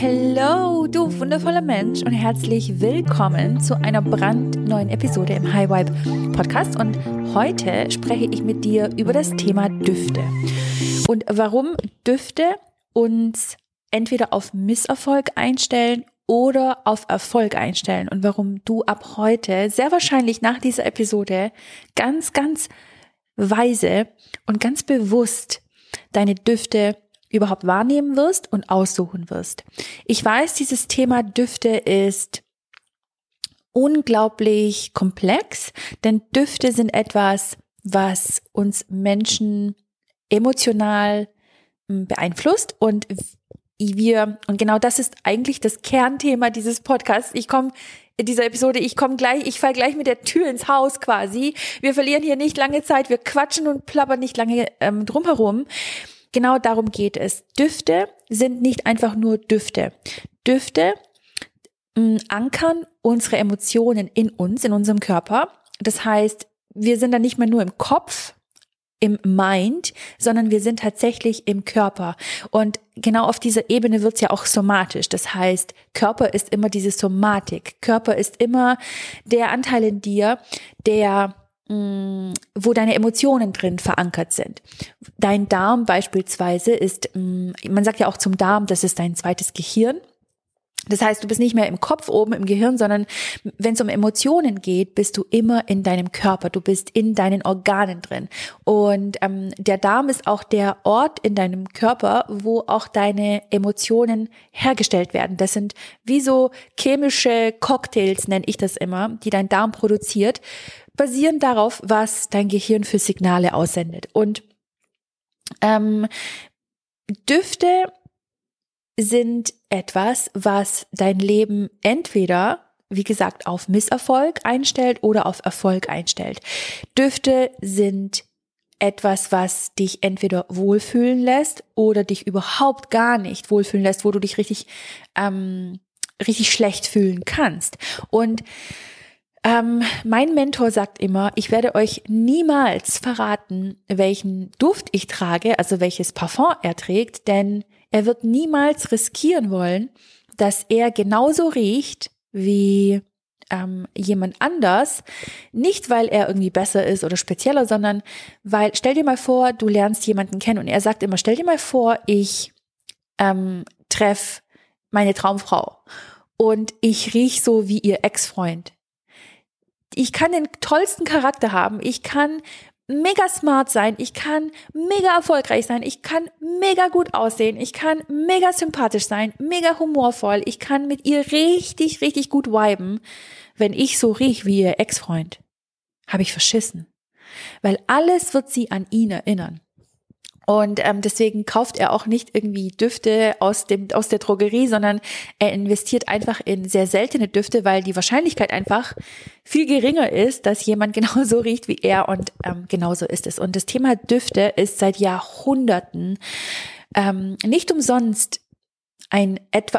Hello, du wundervoller Mensch und herzlich willkommen zu einer brandneuen Episode im High Vibe Podcast. Und heute spreche ich mit dir über das Thema Düfte und warum Düfte uns entweder auf Misserfolg einstellen oder auf Erfolg einstellen und warum du ab heute sehr wahrscheinlich nach dieser Episode ganz weise und ganz bewusst deine Düfte überhaupt wahrnehmen wirst und aussuchen wirst. Ich weiß, dieses Thema Düfte ist unglaublich komplex, denn Düfte sind etwas, was uns Menschen emotional beeinflusst und genau das ist eigentlich das Kernthema dieses Podcasts. Ich falle gleich mit der Tür ins Haus quasi. Wir verlieren hier nicht lange Zeit, wir quatschen und plappern nicht lange drumherum. Genau darum geht es. Düfte sind nicht einfach nur Düfte. Düfte ankern unsere Emotionen in uns, in unserem Körper. Das heißt, wir sind dann nicht mehr nur im Kopf, im Mind, sondern wir sind tatsächlich im Körper. Und genau auf dieser Ebene wird es ja auch somatisch. Das heißt, Körper ist immer diese Somatik. Körper ist immer der Anteil in dir, wo deine Emotionen drin verankert sind. Dein Darm beispielsweise ist, man sagt ja auch zum Darm, das ist dein zweites Gehirn. Das heißt, du bist nicht mehr im Kopf oben im Gehirn, sondern wenn es um Emotionen geht, bist du immer in deinem Körper. Du bist in deinen Organen drin. Und der Darm ist auch der Ort in deinem Körper, wo auch deine Emotionen hergestellt werden. Das sind wie so chemische Cocktails, nenne ich das immer, die dein Darm produziert, basierend darauf, was dein Gehirn für Signale aussendet. Und Düfte sind etwas, was dein Leben entweder, wie gesagt, auf Misserfolg einstellt oder auf Erfolg einstellt. Düfte sind etwas, was dich entweder wohlfühlen lässt oder dich überhaupt gar nicht wohlfühlen lässt, wo du dich richtig schlecht fühlen kannst. Und mein Mentor sagt immer, ich werde euch niemals verraten, welchen Duft ich trage, also welches Parfum er trägt, denn er wird niemals riskieren wollen, dass er genauso riecht wie jemand anders. Nicht, weil er irgendwie besser ist oder spezieller, sondern weil, stell dir mal vor, du lernst jemanden kennen und er sagt immer, stell dir mal vor, ich treffe meine Traumfrau und ich riech so wie ihr Ex-Freund. Ich kann den tollsten Charakter haben, ich kann mega smart sein, ich kann mega erfolgreich sein, ich kann mega gut aussehen, ich kann mega sympathisch sein, mega humorvoll, ich kann mit ihr richtig gut viben. Wenn ich so riech wie ihr Ex-Freund, habe ich verschissen. Weil alles wird sie an ihn erinnern. Und deswegen kauft er auch nicht irgendwie Düfte aus der Drogerie, sondern er investiert einfach in sehr seltene Düfte, weil die Wahrscheinlichkeit einfach viel geringer ist, dass jemand genauso riecht wie er und genauso ist es. Und das Thema Düfte ist seit Jahrhunderten nicht umsonst ein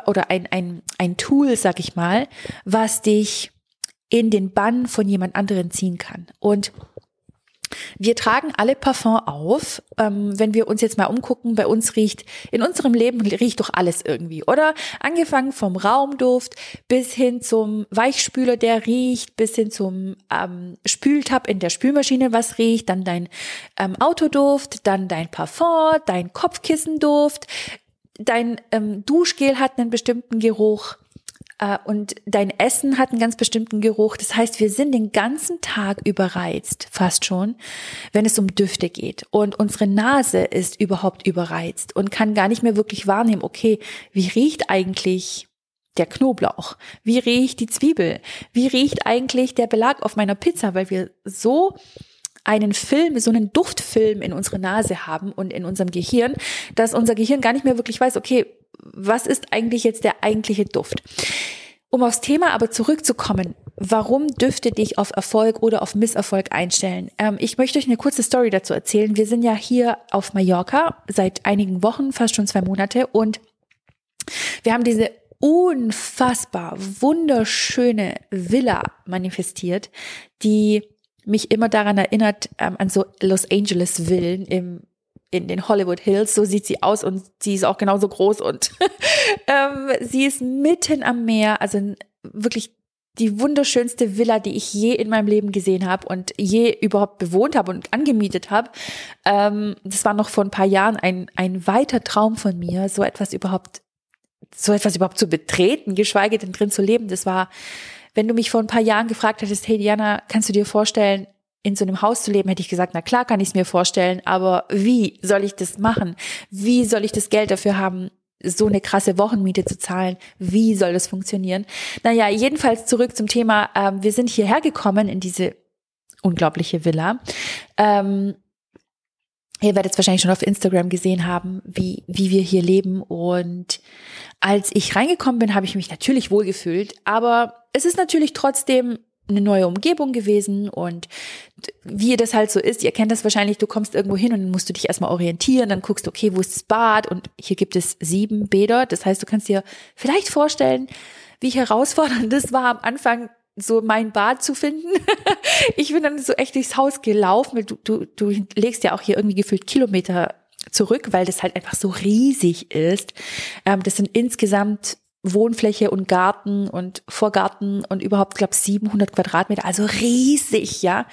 Tool, sag ich mal, was dich in den Bann von jemand anderen ziehen kann. Und wir tragen alle Parfum auf. Wenn wir uns jetzt mal umgucken, in unserem Leben riecht doch alles irgendwie, oder? Angefangen vom Raumduft bis hin zum Weichspüler, der riecht, bis hin zum Spültab in der Spülmaschine, was riecht, dann dein Autoduft, dann dein Parfum, dein Kopfkissenduft, dein Duschgel hat einen bestimmten Geruch. Und dein Essen hat einen ganz bestimmten Geruch. Das heißt, wir sind den ganzen Tag überreizt, fast schon, wenn es um Düfte geht. Und unsere Nase ist überhaupt überreizt und kann gar nicht mehr wirklich wahrnehmen, okay, wie riecht eigentlich der Knoblauch? Wie riecht die Zwiebel? Wie riecht eigentlich der Belag auf meiner Pizza? Weil wir so einen Duftfilm in unserer Nase haben und in unserem Gehirn, dass unser Gehirn gar nicht mehr wirklich weiß, okay, was ist eigentlich jetzt der eigentliche Duft? Um aufs Thema aber zurückzukommen, warum Düfte dich auf Erfolg oder auf Misserfolg einstellen? Ich möchte euch eine kurze Story dazu erzählen. Wir sind ja hier auf Mallorca seit einigen Wochen, fast schon 2 Monate, und wir haben diese unfassbar wunderschöne Villa manifestiert, die mich immer daran erinnert, an so Los Angeles Villen in den Hollywood Hills, so sieht sie aus und sie ist auch genauso groß und sie ist mitten am Meer, also wirklich die wunderschönste Villa, die ich je in meinem Leben gesehen habe und je überhaupt bewohnt habe und angemietet habe. Das war noch vor ein paar Jahren ein weiter Traum von mir, so etwas überhaupt zu betreten, geschweige denn drin zu leben. Das war, wenn du mich vor ein paar Jahren gefragt hättest, hey Diana, kannst du dir vorstellen, in so einem Haus zu leben, hätte ich gesagt, na klar kann ich es mir vorstellen, aber wie soll ich das machen? Wie soll ich das Geld dafür haben, so eine krasse Wochenmiete zu zahlen? Wie soll das funktionieren? Naja, jedenfalls zurück zum Thema, wir sind hierher gekommen in diese unglaubliche Villa. Ihr werdet es wahrscheinlich schon auf Instagram gesehen haben, wie wir hier leben. Und als ich reingekommen bin, habe ich mich natürlich wohlgefühlt, aber es ist natürlich trotzdem eine neue Umgebung gewesen und wie das halt so ist, ihr kennt das wahrscheinlich, du kommst irgendwo hin und dann musst du dich erstmal orientieren, dann guckst du, okay, wo ist das Bad und hier gibt es 7 Bäder, das heißt, du kannst dir vielleicht vorstellen, wie herausfordernd das war am Anfang, so mein Bad zu finden. Ich bin dann so echt durchs Haus gelaufen, weil du legst ja auch hier irgendwie gefühlt Kilometer zurück, weil das halt einfach so riesig ist. Das sind insgesamt Wohnfläche und Garten und Vorgarten und überhaupt, glaube ich, 700 Quadratmeter, also riesig, ja.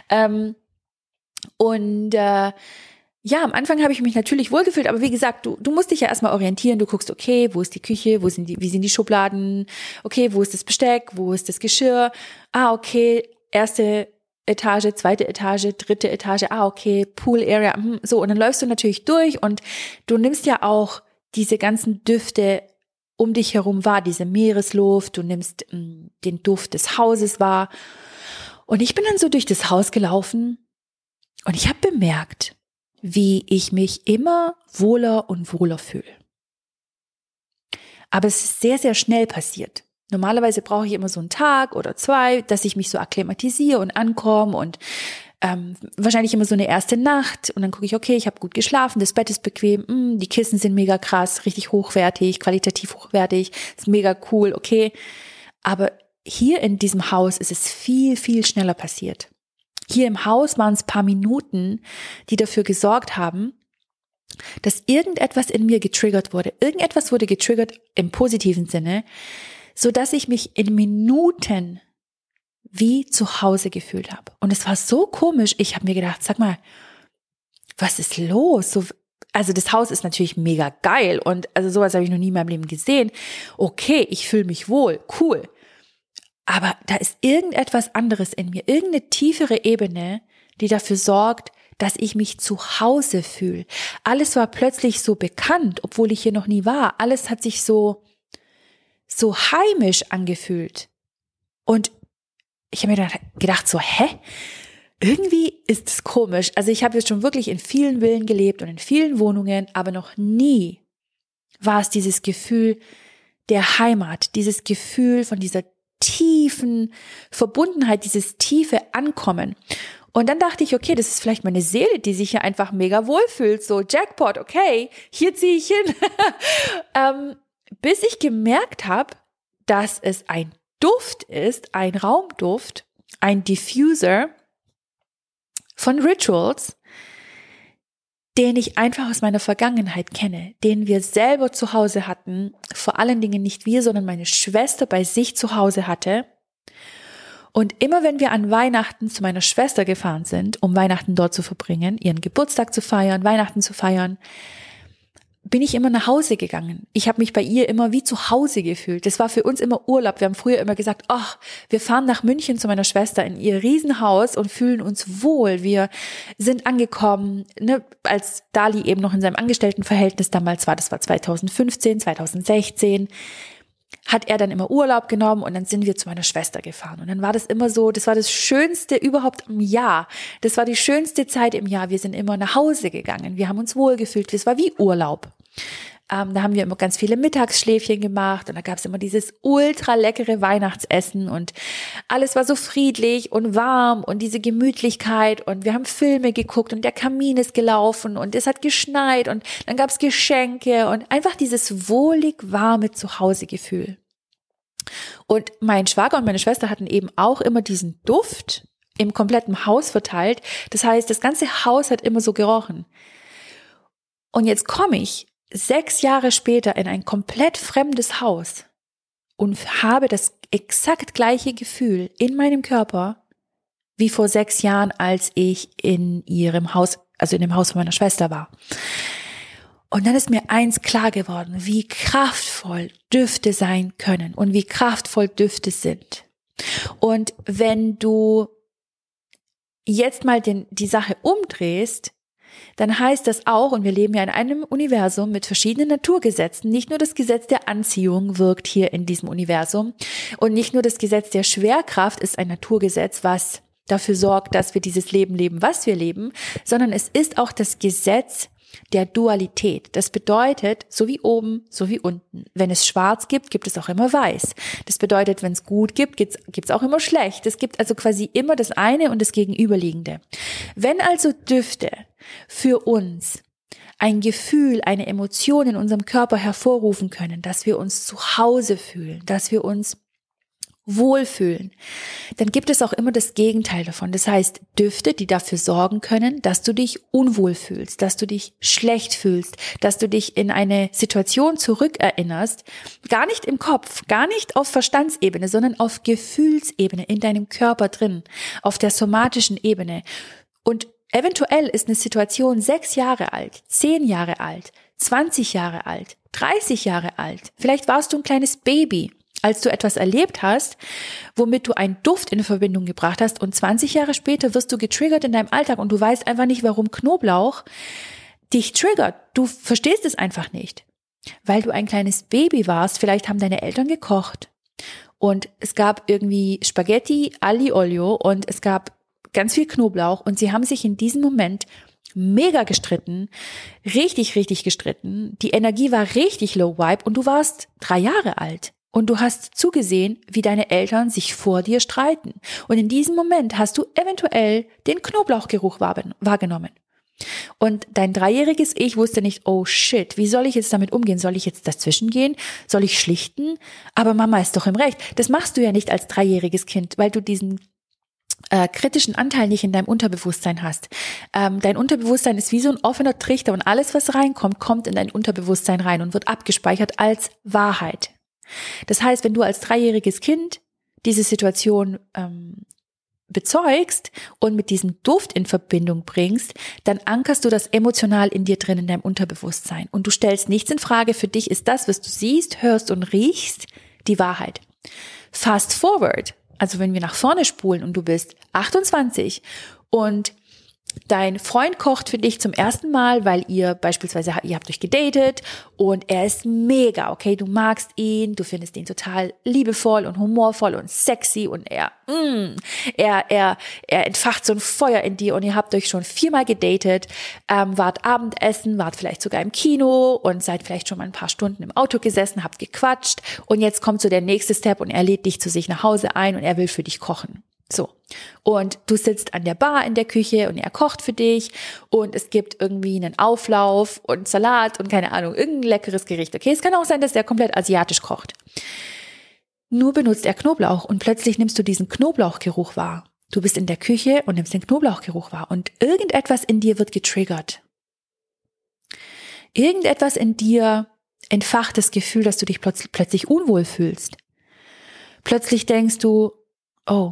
Ja, am Anfang habe ich mich natürlich wohlgefühlt, aber wie gesagt, du musst dich ja erstmal orientieren, du guckst, okay, wo ist die Küche, wie sind die Schubladen, okay, wo ist das Besteck, wo ist das Geschirr, okay, erste Etage, zweite Etage, dritte Etage, okay, Pool Area, so, und dann läufst du natürlich durch und du nimmst ja auch diese ganzen Düfte um dich herum wahr, diese Meeresluft, du nimmst den Duft des Hauses wahr. Und ich bin dann so durch das Haus gelaufen und ich habe bemerkt, wie ich mich immer wohler und wohler fühle. Aber es ist sehr, sehr schnell passiert. Normalerweise brauche ich immer so einen Tag oder 2, dass ich mich so akklimatisiere und ankomme und wahrscheinlich immer so eine erste Nacht und dann gucke ich, okay, ich habe gut geschlafen, das Bett ist bequem, die Kissen sind mega krass, richtig hochwertig, qualitativ hochwertig, ist mega cool, okay. Aber hier in diesem Haus ist es viel, viel schneller passiert. Hier im Haus waren es ein paar Minuten, die dafür gesorgt haben, dass irgendetwas in mir getriggert wurde. Irgendetwas wurde getriggert im positiven Sinne, so dass ich mich in Minuten wie zu Hause gefühlt habe. Und es war so komisch. Ich habe mir gedacht, sag mal, was ist los? So, also das Haus ist natürlich mega geil und also sowas habe ich noch nie in meinem Leben gesehen. Okay, ich fühle mich wohl, cool. Aber da ist irgendetwas anderes in mir, irgendeine tiefere Ebene, die dafür sorgt, dass ich mich zu Hause fühle. Alles war plötzlich so bekannt, obwohl ich hier noch nie war. Alles hat sich so heimisch angefühlt. Und ich habe mir gedacht so, irgendwie ist es komisch. Also ich habe jetzt schon wirklich in vielen Villen gelebt und in vielen Wohnungen, aber noch nie war es dieses Gefühl der Heimat, dieses Gefühl von dieser tiefen Verbundenheit, dieses tiefe Ankommen. Und dann dachte ich, okay, das ist vielleicht meine Seele, die sich hier einfach mega wohlfühlt. So Jackpot, okay, hier ziehe ich hin. Bis ich gemerkt habe, dass es ein Duft ist, ein Raumduft, ein Diffuser von Rituals, den ich einfach aus meiner Vergangenheit kenne, den wir selber zu Hause hatten, vor allen Dingen nicht wir, sondern meine Schwester bei sich zu Hause hatte. Und immer wenn wir an Weihnachten zu meiner Schwester gefahren sind, um Weihnachten dort zu verbringen, ihren Geburtstag zu feiern, Weihnachten zu feiern, bin ich immer nach Hause gegangen. Ich habe mich bei ihr immer wie zu Hause gefühlt. Das war für uns immer Urlaub. Wir haben früher immer gesagt, ach, wir fahren nach München zu meiner Schwester in ihr Riesenhaus und fühlen uns wohl. Wir sind angekommen, ne, als Dali eben noch in seinem Angestelltenverhältnis damals war, das war 2015, 2016, hat er dann immer Urlaub genommen und dann sind wir zu meiner Schwester gefahren. Und dann war das immer so, das war das Schönste überhaupt im Jahr. Das war die schönste Zeit im Jahr. Wir sind immer nach Hause gegangen. Wir haben uns wohlgefühlt. Das war wie Urlaub. Da haben wir immer ganz viele Mittagsschläfchen gemacht und da gab es immer dieses ultra leckere Weihnachtsessen und alles war so friedlich und warm und diese Gemütlichkeit und wir haben Filme geguckt und der Kamin ist gelaufen und es hat geschneit und dann gab es Geschenke und einfach dieses wohlig warme Zuhausegefühl. Und mein Schwager und meine Schwester hatten eben auch immer diesen Duft im kompletten Haus verteilt. Das heißt, das ganze Haus hat immer so gerochen. Und jetzt komme ich 6 Jahre später in ein komplett fremdes Haus und habe das exakt gleiche Gefühl in meinem Körper wie vor 6 Jahren, als ich in ihrem Haus, also in dem Haus von meiner Schwester war. Und dann ist mir eins klar geworden, wie kraftvoll Düfte sein können und wie kraftvoll Düfte sind. Und wenn du jetzt mal die Sache umdrehst, dann heißt das auch, und wir leben ja in einem Universum mit verschiedenen Naturgesetzen, nicht nur das Gesetz der Anziehung wirkt hier in diesem Universum und nicht nur das Gesetz der Schwerkraft ist ein Naturgesetz, was dafür sorgt, dass wir dieses Leben leben, was wir leben, sondern es ist auch das Gesetz der Dualität. Das bedeutet, so wie oben, so wie unten. Wenn es schwarz gibt, gibt es auch immer weiß. Das bedeutet, wenn es gut gibt, gibt's auch immer schlecht. Es gibt also quasi immer das eine und das Gegenüberliegende. Wenn also Düfte für uns ein Gefühl, eine Emotion in unserem Körper hervorrufen können, dass wir uns zu Hause fühlen, dass wir uns wohlfühlen, dann gibt es auch immer das Gegenteil davon. Das heißt, Düfte, die dafür sorgen können, dass du dich unwohl fühlst, dass du dich schlecht fühlst, dass du dich in eine Situation zurückerinnerst, gar nicht im Kopf, gar nicht auf Verstandsebene, sondern auf Gefühlsebene in deinem Körper drin, auf der somatischen Ebene. Und eventuell ist eine Situation 6 Jahre alt, 10 Jahre alt, 20 Jahre alt, 30 Jahre alt. Vielleicht warst du ein kleines Baby, als du etwas erlebt hast, womit du einen Duft in Verbindung gebracht hast und 20 Jahre später wirst du getriggert in deinem Alltag und du weißt einfach nicht, warum Knoblauch dich triggert. Du verstehst es einfach nicht, weil du ein kleines Baby warst. Vielleicht haben deine Eltern gekocht und es gab irgendwie Spaghetti ali olio und es gab ganz viel Knoblauch und sie haben sich in diesem Moment mega gestritten, richtig, richtig gestritten. Die Energie war richtig low vibe und du warst 3 Jahre alt. Und du hast zugesehen, wie deine Eltern sich vor dir streiten. Und in diesem Moment hast du eventuell den Knoblauchgeruch wahrgenommen. Und dein 3-jähriges Ich wusste nicht, oh shit, wie soll ich jetzt damit umgehen? Soll ich jetzt dazwischen gehen? Soll ich schlichten? Aber Mama ist doch im Recht. Das machst du ja nicht als 3-jähriges Kind, weil du diesen kritischen Anteil nicht in deinem Unterbewusstsein hast. Dein Unterbewusstsein ist wie so ein offener Trichter und alles, was reinkommt, kommt in dein Unterbewusstsein rein und wird abgespeichert als Wahrheit. Das heißt, wenn du als 3-jähriges Kind diese Situation bezeugst und mit diesem Duft in Verbindung bringst, dann ankerst du das emotional in dir drin, in deinem Unterbewusstsein. Und du stellst nichts in Frage. Für dich ist das, was du siehst, hörst und riechst, die Wahrheit. Fast forward, also wenn wir nach vorne spulen und du bist 28 und dein Freund kocht für dich zum ersten Mal, weil ihr beispielsweise, ihr habt euch gedatet und er ist mega, okay, du magst ihn, du findest ihn total liebevoll und humorvoll und sexy und er entfacht so ein Feuer in dir und ihr habt euch schon 4-mal gedatet, wart Abendessen, wart vielleicht sogar im Kino und seid vielleicht schon mal ein paar Stunden im Auto gesessen, habt gequatscht und jetzt kommt so der nächste Step und er lädt dich zu sich nach Hause ein und er will für dich kochen. So. Und du sitzt an der Bar in der Küche und er kocht für dich und es gibt irgendwie einen Auflauf und Salat und keine Ahnung, irgendein leckeres Gericht. Okay, es kann auch sein, dass er komplett asiatisch kocht. Nur benutzt er Knoblauch und plötzlich nimmst du diesen Knoblauchgeruch wahr. Du bist in der Küche und nimmst den Knoblauchgeruch wahr und irgendetwas in dir wird getriggert. Irgendetwas in dir entfacht das Gefühl, dass du dich plötzlich unwohl fühlst. Plötzlich denkst du, oh,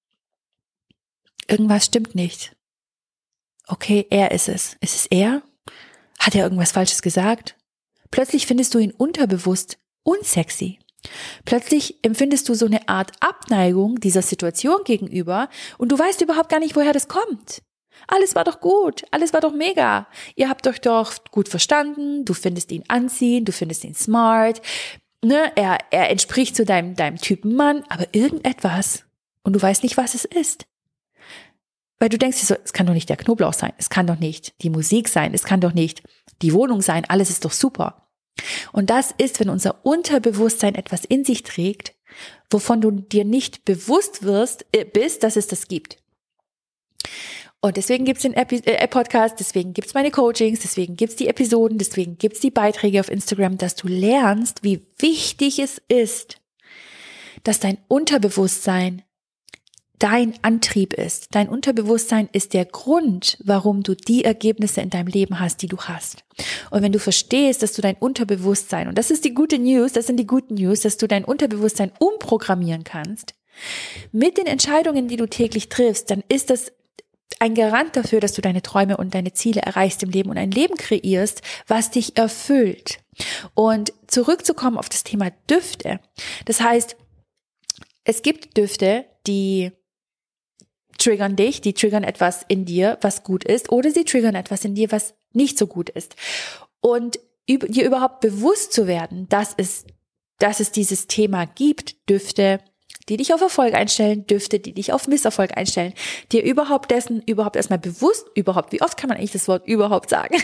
irgendwas stimmt nicht. Okay, er ist es. Ist es er? Hat er irgendwas Falsches gesagt? Plötzlich findest du ihn unterbewusst unsexy. Plötzlich empfindest du so eine Art Abneigung dieser Situation gegenüber und du weißt überhaupt gar nicht, woher das kommt. Alles war doch gut, alles war doch mega. Ihr habt euch doch gut verstanden, du findest ihn anziehend, du findest ihn smart, ne? Er entspricht zu deinem Typen Mann, aber irgendetwas und du weißt nicht, was es ist. Weil du denkst dir so, es kann doch nicht der Knoblauch sein, es kann doch nicht die Musik sein, es kann doch nicht die Wohnung sein, alles ist doch super. Und das ist, wenn unser Unterbewusstsein etwas in sich trägt, wovon du dir nicht bewusst bist, dass es das gibt. Und deswegen gibt's den Podcast, deswegen gibt's meine Coachings, deswegen gibt's die Episoden, deswegen gibt's die Beiträge auf Instagram, dass du lernst, wie wichtig es ist, dass dein Unterbewusstsein dein Antrieb ist. Dein Unterbewusstsein ist der Grund, warum du die Ergebnisse in deinem Leben hast, die du hast. Und wenn du verstehst, dass du dein Unterbewusstsein, und das ist die gute News, das sind die guten News, dass du dein Unterbewusstsein umprogrammieren kannst, mit den Entscheidungen, die du täglich triffst, dann ist das ein Garant dafür, dass du deine Träume und deine Ziele erreichst im Leben und ein Leben kreierst, was dich erfüllt. Und zurückzukommen auf das Thema Düfte. Das heißt, es gibt Düfte, die triggern dich, die triggern etwas in dir, was gut ist, oder sie triggern etwas in dir, was nicht so gut ist. Und dir überhaupt bewusst zu werden, dass es dieses Thema gibt, Düfte, die dich auf Erfolg einstellen, Düfte, die dich auf Misserfolg einstellen, dir überhaupt erstmal bewusst, wie oft kann man eigentlich das Wort überhaupt sagen,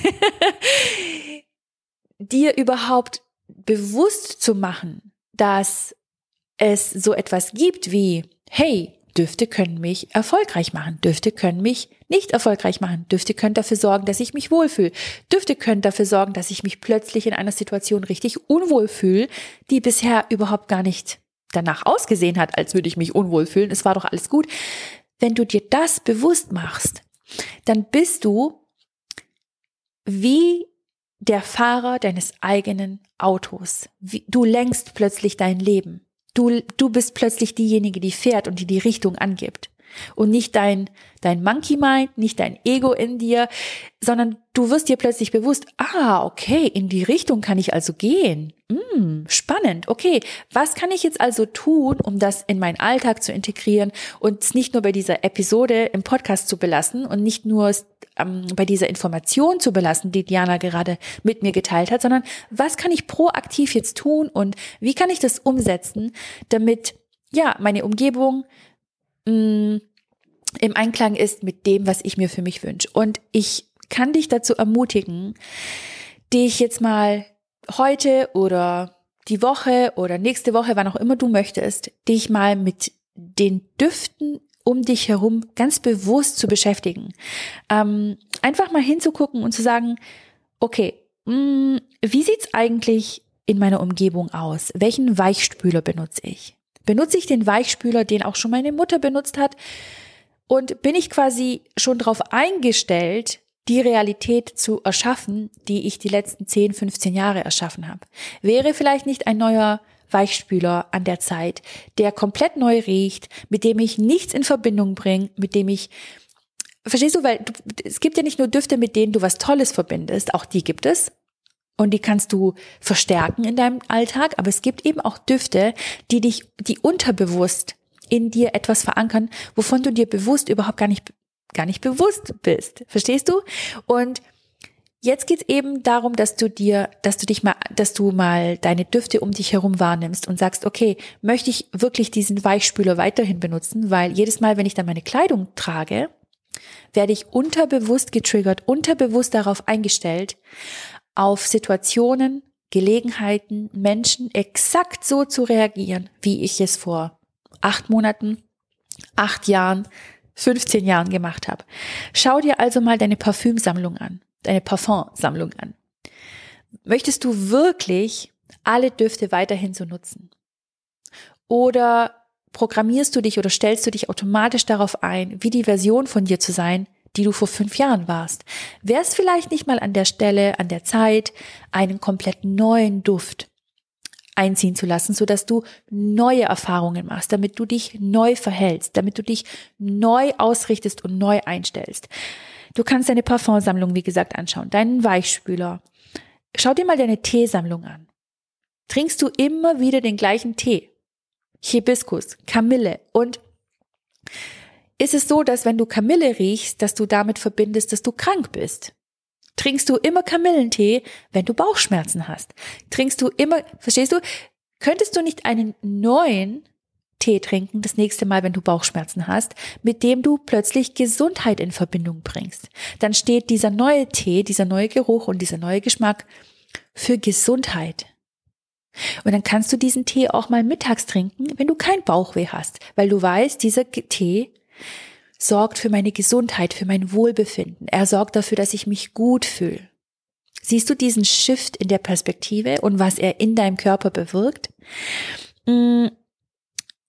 dir überhaupt bewusst zu machen, dass es so etwas gibt wie, hey, Düfte können mich erfolgreich machen, Düfte können mich nicht erfolgreich machen, Düfte können dafür sorgen, dass ich mich wohlfühle, Düfte können dafür sorgen, dass ich mich plötzlich in einer Situation richtig unwohl fühle, die bisher überhaupt gar nicht danach ausgesehen hat, als würde ich mich unwohl fühlen, es war doch alles gut. Wenn du dir das bewusst machst, dann bist du wie der Fahrer deines eigenen Autos. Du lenkst plötzlich dein Leben. Du bist plötzlich diejenige, die fährt und die Richtung angibt. Und nicht dein Monkey Mind, nicht dein Ego in dir, sondern du wirst dir plötzlich bewusst, okay, in die Richtung kann ich also gehen. Spannend, okay, was kann ich jetzt also tun, um das in meinen Alltag zu integrieren und es nicht nur bei dieser Episode im Podcast zu belassen und nicht nur bei dieser Information zu belassen, die Diana gerade mit mir geteilt hat, sondern was kann ich proaktiv jetzt tun und wie kann ich das umsetzen, damit meine Umgebung im Einklang ist mit dem, was ich mir für mich wünsche. Und ich kann dich dazu ermutigen, dich jetzt mal heute oder die Woche oder nächste Woche, wann auch immer du möchtest, dich mal mit den Düften um dich herum ganz bewusst zu beschäftigen. Einfach mal hinzugucken und zu sagen, okay, wie sieht's eigentlich in meiner Umgebung aus? Welchen Weichspüler benutze ich? Benutze ich den Weichspüler, den auch schon meine Mutter benutzt hat? Und bin ich quasi schon darauf eingestellt, die Realität zu erschaffen, die ich die letzten 10, 15 Jahre erschaffen habe? Wäre vielleicht nicht ein neuer Weichspüler an der Zeit, der komplett neu riecht, mit dem ich nichts in Verbindung bringe, mit dem ich, verstehst du, weil es gibt ja nicht nur Düfte, mit denen du was Tolles verbindest, auch die gibt es. Und die kannst du verstärken in deinem Alltag, aber es gibt eben auch Düfte, die unterbewusst in dir etwas verankern, wovon du dir bewusst überhaupt gar nicht bewusst bist. Verstehst du? Und jetzt geht's eben darum, dass du mal deine Düfte um dich herum wahrnimmst und sagst, okay, möchte ich wirklich diesen Weichspüler weiterhin benutzen, weil jedes Mal, wenn ich dann meine Kleidung trage, werde ich unterbewusst getriggert, unterbewusst darauf eingestellt, auf Situationen, Gelegenheiten, Menschen exakt so zu reagieren, wie ich es vor 8 Monaten, 8 Jahren, 15 Jahren gemacht habe. Schau dir also mal deine Parfümsammlung an, deine Parfumsammlung an. Möchtest du wirklich alle Düfte weiterhin so nutzen? Oder programmierst du dich oder stellst du dich automatisch darauf ein, wie die Version von dir zu sein, die du vor 5 Jahren warst? Wäre es vielleicht nicht mal an der Stelle, an der Zeit, einen komplett neuen Duft einziehen zu lassen, sodass du neue Erfahrungen machst, damit du dich neu verhältst, damit du dich neu ausrichtest und neu einstellst? Du kannst deine Parfumsammlung, wie gesagt, anschauen, deinen Weichspüler. Schau dir mal deine Teesammlung an. Trinkst du immer wieder den gleichen Tee? Hibiskus, Kamille. Und ist es so, dass wenn du Kamille riechst, dass du damit verbindest, dass du krank bist? Trinkst du immer Kamillentee, wenn du Bauchschmerzen hast? Trinkst du immer, verstehst du? Könntest du nicht einen neuen Tee trinken, das nächste Mal, wenn du Bauchschmerzen hast, mit dem du plötzlich Gesundheit in Verbindung bringst? Dann steht dieser neue Tee, dieser neue Geruch und dieser neue Geschmack für Gesundheit. Und dann kannst du diesen Tee auch mal mittags trinken, wenn du kein Bauchweh hast, weil du weißt, dieser Tee sorgt für meine Gesundheit, für mein Wohlbefinden. Er sorgt dafür, dass ich mich gut fühle. Siehst du diesen Shift in der Perspektive und was er in deinem Körper bewirkt?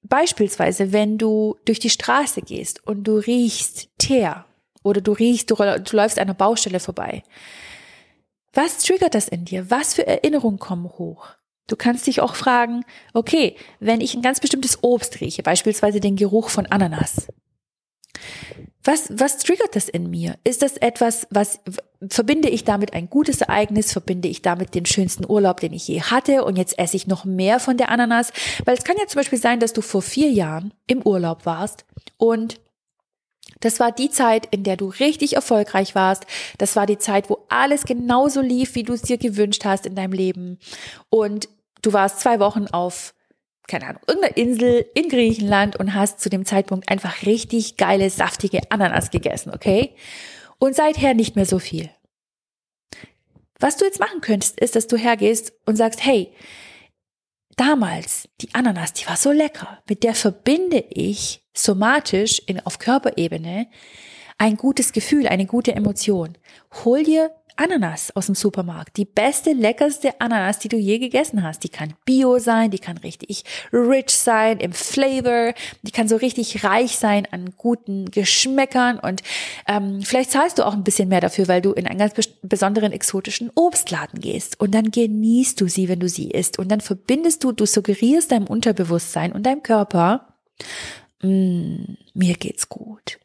beispielsweise, wenn du durch die Straße gehst und du riechst Teer oder du läufst an einer Baustelle vorbei. Was triggert das in dir? Was für Erinnerungen kommen hoch? Du kannst dich auch fragen, okay, wenn ich ein ganz bestimmtes Obst rieche, beispielsweise den Geruch von Ananas, was triggert das in mir? Ist das etwas, verbinde ich damit ein gutes Ereignis? Verbinde ich damit den schönsten Urlaub, den ich je hatte? Und jetzt esse ich noch mehr von der Ananas? Weil es kann ja zum Beispiel sein, dass du vor 4 Jahren im Urlaub warst und das war die Zeit, in der du richtig erfolgreich warst. Das war die Zeit, wo alles genauso lief, wie du es dir gewünscht hast in deinem Leben. Und du warst 2 Wochen auf, keine Ahnung, irgendeiner Insel in Griechenland und hast zu dem Zeitpunkt einfach richtig geile, saftige Ananas gegessen, okay? Und seither nicht mehr so viel. Was du jetzt machen könntest, ist, dass du hergehst und sagst, hey, damals, die Ananas, die war so lecker. Mit der verbinde ich somatisch auf Körperebene ein gutes Gefühl, eine gute Emotion. Hol dir Ananas aus dem Supermarkt. Die beste, leckerste Ananas, die du je gegessen hast. Die kann bio sein, die kann richtig rich sein im Flavor, die kann so richtig reich sein an guten Geschmäckern und vielleicht zahlst du auch ein bisschen mehr dafür, weil du in einen ganz besonderen exotischen Obstladen gehst und dann genießt du sie, wenn du sie isst und dann verbindest du suggerierst deinem Unterbewusstsein und deinem Körper, mir geht's gut.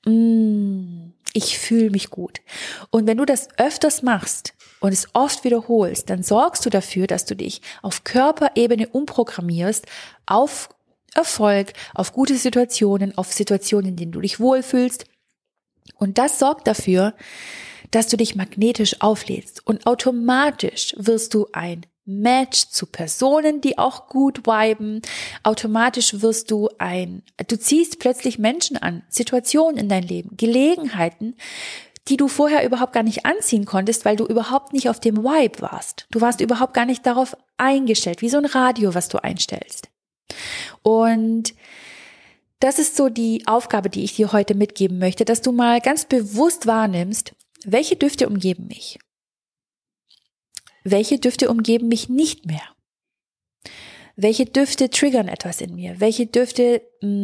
Ich fühle mich gut. Und wenn du das öfters machst und es oft wiederholst, dann sorgst du dafür, dass du dich auf Körperebene umprogrammierst, auf Erfolg, auf gute Situationen, auf Situationen, in denen du dich wohlfühlst. Und das sorgt dafür, dass du dich magnetisch auflädst. Und automatisch wirst du ein Match zu Personen, die auch gut viben. Automatisch du ziehst plötzlich Menschen an, Situationen in dein Leben, Gelegenheiten, die du vorher überhaupt gar nicht anziehen konntest, weil du überhaupt nicht auf dem Vibe warst. Du warst überhaupt gar nicht darauf eingestellt, wie so ein Radio, was du einstellst. Und das ist so die Aufgabe, die ich dir heute mitgeben möchte, dass du mal ganz bewusst wahrnimmst, welche Düfte umgeben mich? Welche Düfte umgeben mich nicht mehr? Welche Düfte triggern etwas in mir? Welche Düfte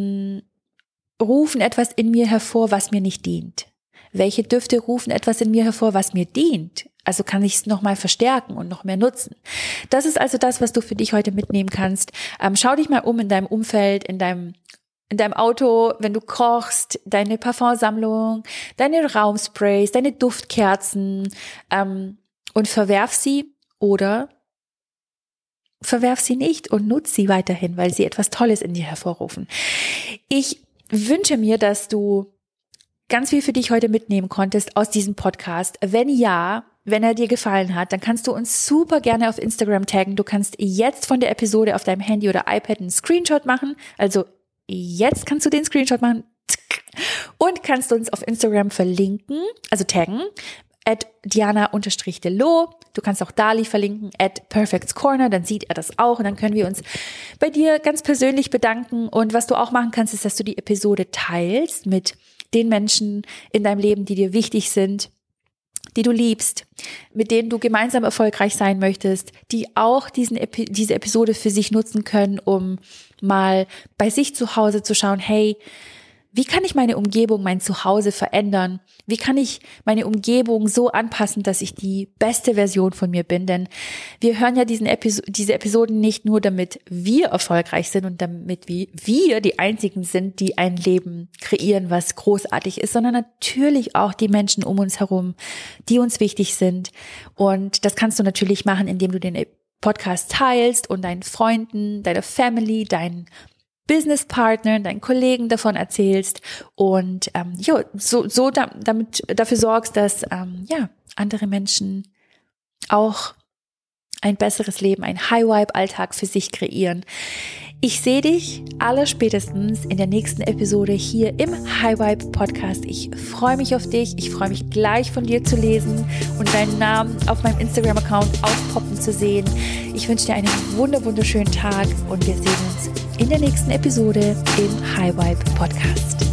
rufen etwas in mir hervor, was mir nicht dient? Welche Düfte rufen etwas in mir hervor, was mir dient? Also kann ich es nochmal verstärken und noch mehr nutzen. Das ist also das, was du für dich heute mitnehmen kannst. Schau dich mal um in deinem Umfeld, in deinem Auto, wenn du kochst, deine Parfumsammlung, deine Raumsprays, deine Duftkerzen, und verwerf sie oder verwerf sie nicht und nutz sie weiterhin, weil sie etwas Tolles in dir hervorrufen. Ich wünsche mir, dass du ganz viel für dich heute mitnehmen konntest aus diesem Podcast. Wenn ja, wenn er dir gefallen hat, dann kannst du uns super gerne auf Instagram taggen. Du kannst jetzt von der Episode auf deinem Handy oder iPad einen Screenshot machen. Also jetzt kannst du den Screenshot machen und kannst uns auf Instagram verlinken, also taggen. @Diana_Delo. Du kannst auch Dali verlinken, @PerfectCorner, dann sieht er das auch und dann können wir uns bei dir ganz persönlich bedanken. Und was du auch machen kannst, ist, dass du die Episode teilst mit den Menschen in deinem Leben, die dir wichtig sind, die du liebst, mit denen du gemeinsam erfolgreich sein möchtest, die auch diese Episode für sich nutzen können, um mal bei sich zu Hause zu schauen, hey, wie kann ich meine Umgebung, mein Zuhause verändern? Wie kann ich meine Umgebung so anpassen, dass ich die beste Version von mir bin? Denn wir hören ja diese Episoden nicht nur, damit wir erfolgreich sind und damit wir die Einzigen sind, die ein Leben kreieren, was großartig ist, sondern natürlich auch die Menschen um uns herum, die uns wichtig sind. Und das kannst du natürlich machen, indem du den Podcast teilst und deinen Freunden, deiner Family, deinen Businesspartner, deinen Kollegen davon erzählst und dafür sorgst, dass andere Menschen auch ein besseres Leben, ein High-Vibe-Alltag für sich kreieren. Ich sehe dich allerspätestens in der nächsten Episode hier im High-Vibe-Podcast. Ich freue mich auf dich. Ich freue mich gleich von dir zu lesen und deinen Namen auf meinem Instagram-Account aufpoppen zu sehen. Ich wünsche dir einen wunderschönen Tag und wir sehen uns in der nächsten Episode im High Vibe Podcast.